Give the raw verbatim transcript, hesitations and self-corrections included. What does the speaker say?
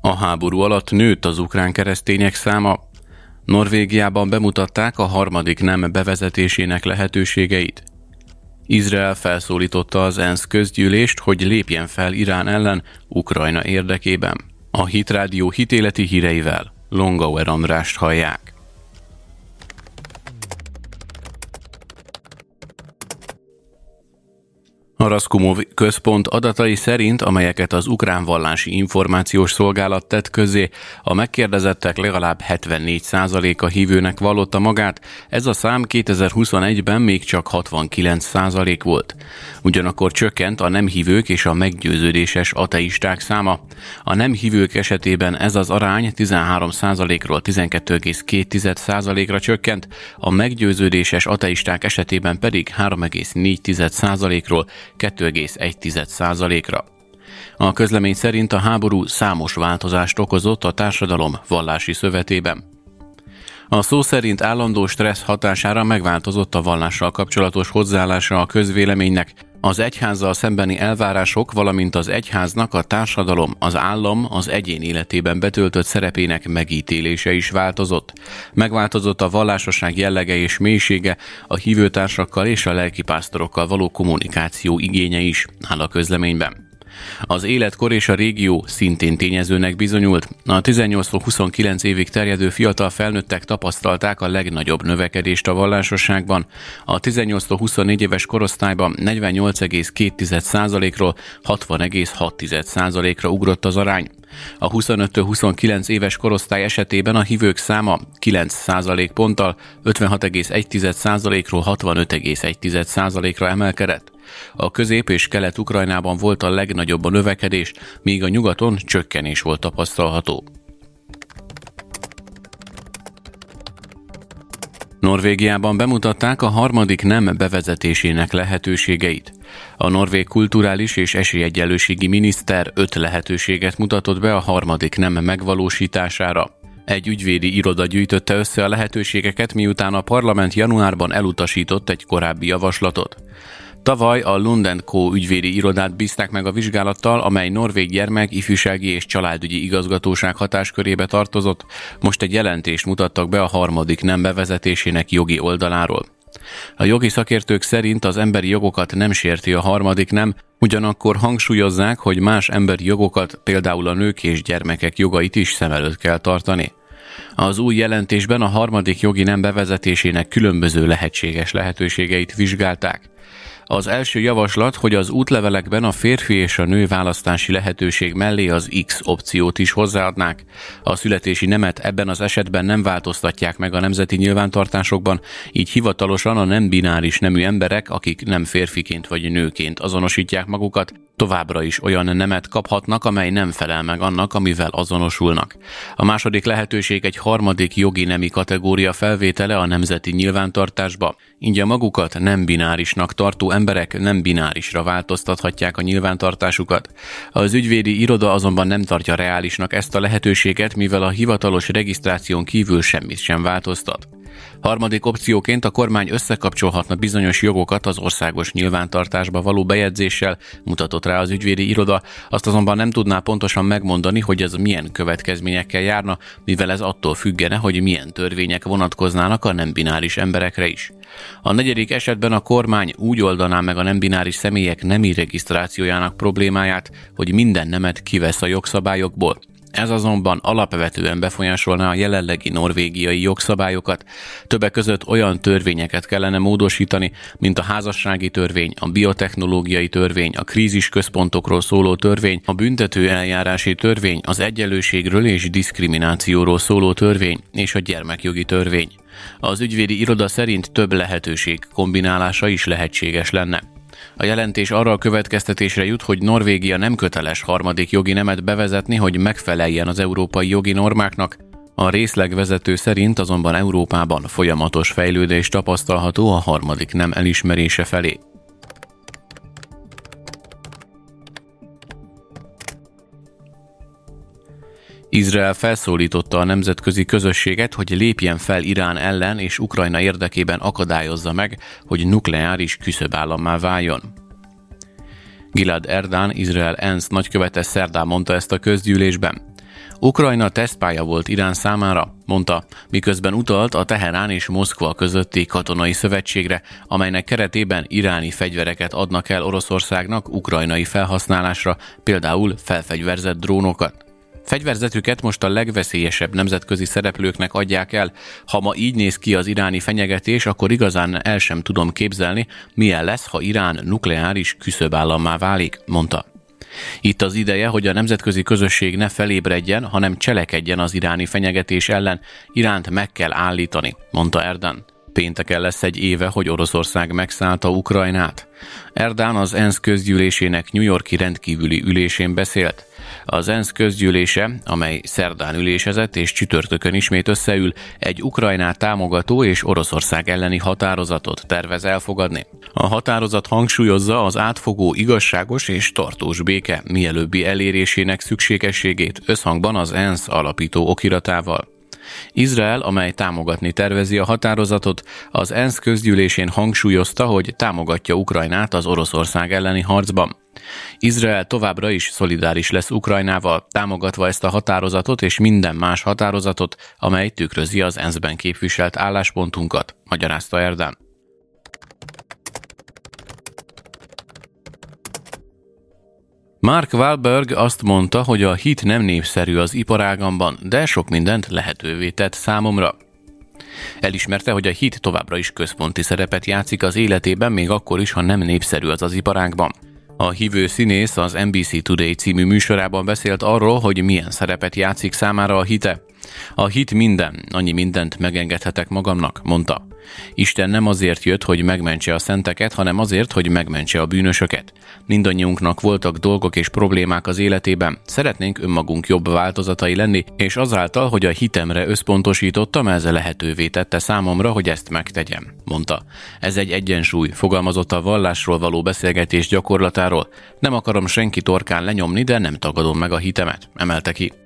A háború alatt nőtt az ukrán keresztények száma. Norvégiában bemutatták a harmadik nem bevezetésének lehetőségeit. Izrael felszólította az ENSZ közgyűlést, hogy lépjen fel Irán ellen Ukrajna érdekében. A Hit Rádió hitéleti híreivel Longauer Andrást hallják. A Raskumov központ adatai szerint, amelyeket az ukrán vallási információs szolgálat tett közzé, a megkérdezettek legalább hetvennégy százaléka hívőnek vallotta magát, ez a szám kétezer-huszonegyben még csak hatvankilenc százalék volt. Ugyanakkor csökkent a nem hívők és a meggyőződéses ateisták száma. A nem hívők esetében ez az arány tizenhárom százalékról tizenkettő egész két százalékra csökkent, a meggyőződéses ateisták esetében pedig három egész négy százalékról kettő egész egy százalékra. A közlemény szerint a háború számos változást okozott a társadalom vallási szövetében. A szó szerint állandó stressz hatására megváltozott a vallással kapcsolatos hozzáállása a közvéleménynek, az egyházzal szembeni elvárások, valamint az egyháznak a társadalom, az állam, az egyén életében betöltött szerepének megítélése is változott. Megváltozott a vallásosság jellege és mélysége, a hívőtársakkal és a lelkipásztorokkal való kommunikáció igénye is, áll a közleményben. Az életkor és a régió szintén tényezőnek bizonyult. A tizennyolctól huszonkilenc évig terjedő fiatal felnőttek tapasztalták a legnagyobb növekedést a vallásosságban. A tizennyolctól huszonnégy éves korosztályban negyvennyolc egész két százalékról hatvan egész hat százalékra ugrott az arány. A huszonöttől huszonkilenc éves korosztály esetében a hívők száma kilenc százalékponttal ötvenhat egész egy százalékról hatvanöt egész egy százalékra emelkedett. A közép- és kelet-Ukrajnában volt a legnagyobb a növekedés, míg a nyugaton csökkenés volt tapasztalható. Norvégiában bemutatták a harmadik nem bevezetésének lehetőségeit. A norvég kulturális és esélyegyenlőségi miniszter öt lehetőséget mutatott be a harmadik nem megvalósítására. Egy ügyvédi iroda gyűjtötte össze a lehetőségeket, miután a parlament januárban elutasított egy korábbi javaslatot. Tavaly a Lund and Co. ügyvédi irodát bízták meg a vizsgálattal, amely norvég gyermek, ifjúsági és családügyi igazgatóság hatáskörébe tartozott. Most egy jelentést mutattak be a harmadik nem bevezetésének jogi oldaláról. A jogi szakértők szerint az emberi jogokat nem sérti a harmadik nem, ugyanakkor hangsúlyozzák, hogy más emberi jogokat, például a nők és gyermekek jogait is szem előtt kell tartani. Az új jelentésben a harmadik jogi nem bevezetésének különböző lehetséges lehetőségeit vizsgálták. Az első javaslat, hogy az útlevelekben a férfi és a nő választási lehetőség mellé az X opciót is hozzáadnák. A születési nemet ebben az esetben nem változtatják meg a nemzeti nyilvántartásokban, így hivatalosan a nem bináris nemű emberek, akik nem férfiként vagy nőként azonosítják magukat, továbbra is olyan nemet kaphatnak, amely nem felel meg annak, amivel azonosulnak. A második lehetőség egy harmadik jogi nemi kategória felvétele a nemzeti nyilvántartásba. Így a magukat nem binárisnak tartó emberek nem binárisra változtathatják a nyilvántartásukat. Az ügyvédi iroda azonban nem tartja reálisnak ezt a lehetőséget, mivel a hivatalos regisztráción kívül semmit sem változtat. Harmadik opcióként a kormány összekapcsolhatna bizonyos jogokat az országos nyilvántartásba való bejegyzéssel, mutatott rá az ügyvédi iroda, azt azonban nem tudná pontosan megmondani, hogy ez milyen következményekkel járna, mivel ez attól függene, hogy milyen törvények vonatkoznának a nem bináris emberekre is. A negyedik esetben a kormány úgy oldaná meg a nem bináris személyek nemi regisztrációjának problémáját, hogy minden nemet kivesz a jogszabályokból. Ez azonban alapvetően befolyásolná a jelenlegi norvégiai jogszabályokat. Többek között olyan törvényeket kellene módosítani, mint a házassági törvény, a biotechnológiai törvény, a krízisközpontokról szóló törvény, a büntető eljárási törvény, az egyenlőségről és diszkriminációról szóló törvény és a gyermekjogi törvény. Az ügyvédi iroda szerint több lehetőség kombinálása is lehetséges lenne. A jelentés arra a következtetésre jut, hogy Norvégia nem köteles harmadik jogi nemet bevezetni, hogy megfeleljen az európai jogi normáknak. A részlegvezető szerint azonban Európában folyamatos fejlődés tapasztalható a harmadik nem elismerése felé. Izrael felszólította a nemzetközi közösséget, hogy lépjen fel Irán ellen és Ukrajna érdekében akadályozza meg, hogy nukleáris küszöbállammá váljon. Gilad Erdan, Izrael ENSZ nagykövete szerdán mondta ezt a közgyűlésben. Ukrajna tesztpálya volt Irán számára, mondta, miközben utalt a Teherán és Moszkva közötti katonai szövetségre, amelynek keretében iráni fegyvereket adnak el Oroszországnak ukrajnai felhasználásra, például felfegyverzett drónokat. Fegyverzetüket most a legveszélyesebb nemzetközi szereplőknek adják el. Ha ma így néz ki az iráni fenyegetés, akkor igazán el sem tudom képzelni, milyen lesz, ha Irán nukleáris küszöbállammá válik, mondta. Itt az ideje, hogy a nemzetközi közösség ne felébredjen, hanem cselekedjen az iráni fenyegetés ellen. Iránt meg kell állítani, mondta Erdoğan. Pénteken lesz egy éve, hogy Oroszország megszállta Ukrajnát. Erdoğan az ENSZ közgyűlésének New York-i rendkívüli ülésén beszélt. Az ENSZ közgyűlése, amely szerdán ülésezett és csütörtökön ismét összeül, egy Ukrajnát támogató és Oroszország elleni határozatot tervez elfogadni. A határozat hangsúlyozza az átfogó, igazságos és tartós béke mielőbbi elérésének szükségességét összhangban az ENSZ alapító okiratával. Izrael, amely támogatni tervezi a határozatot, az ENSZ közgyűlésén hangsúlyozta, hogy támogatja Ukrajnát az Oroszország elleni harcban. Izrael továbbra is szolidáris lesz Ukrajnával, támogatva ezt a határozatot és minden más határozatot, amely tükrözi az ENSZ-ben képviselt álláspontunkat, magyarázta Erdoğan. Mark Wahlberg azt mondta, hogy a hit nem népszerű az iparágamban, de sok mindent lehetővé tett számomra. Elismerte, hogy a hit továbbra is központi szerepet játszik az életében, még akkor is, ha nem népszerű az az iparágban. A hívő színész az en bé cé Today című műsorában beszélt arról, hogy milyen szerepet játszik számára a hite. A hit minden, annyi mindent megengedhetek magamnak, mondta. Isten nem azért jött, hogy megmentse a szenteket, hanem azért, hogy megmentse a bűnösöket. Mindannyiunknak voltak dolgok és problémák az életében. Szeretnénk önmagunk jobb változatai lenni, és azáltal, hogy a hitemre összpontosítottam, ez lehetővé tette számomra, hogy ezt megtegyem, mondta. Ez egy egyensúly, fogalmazott a vallásról való beszélgetés gyakorlatáról. Nem akarom senki torkán lenyomni, de nem tagadom meg a hitemet, emelte ki.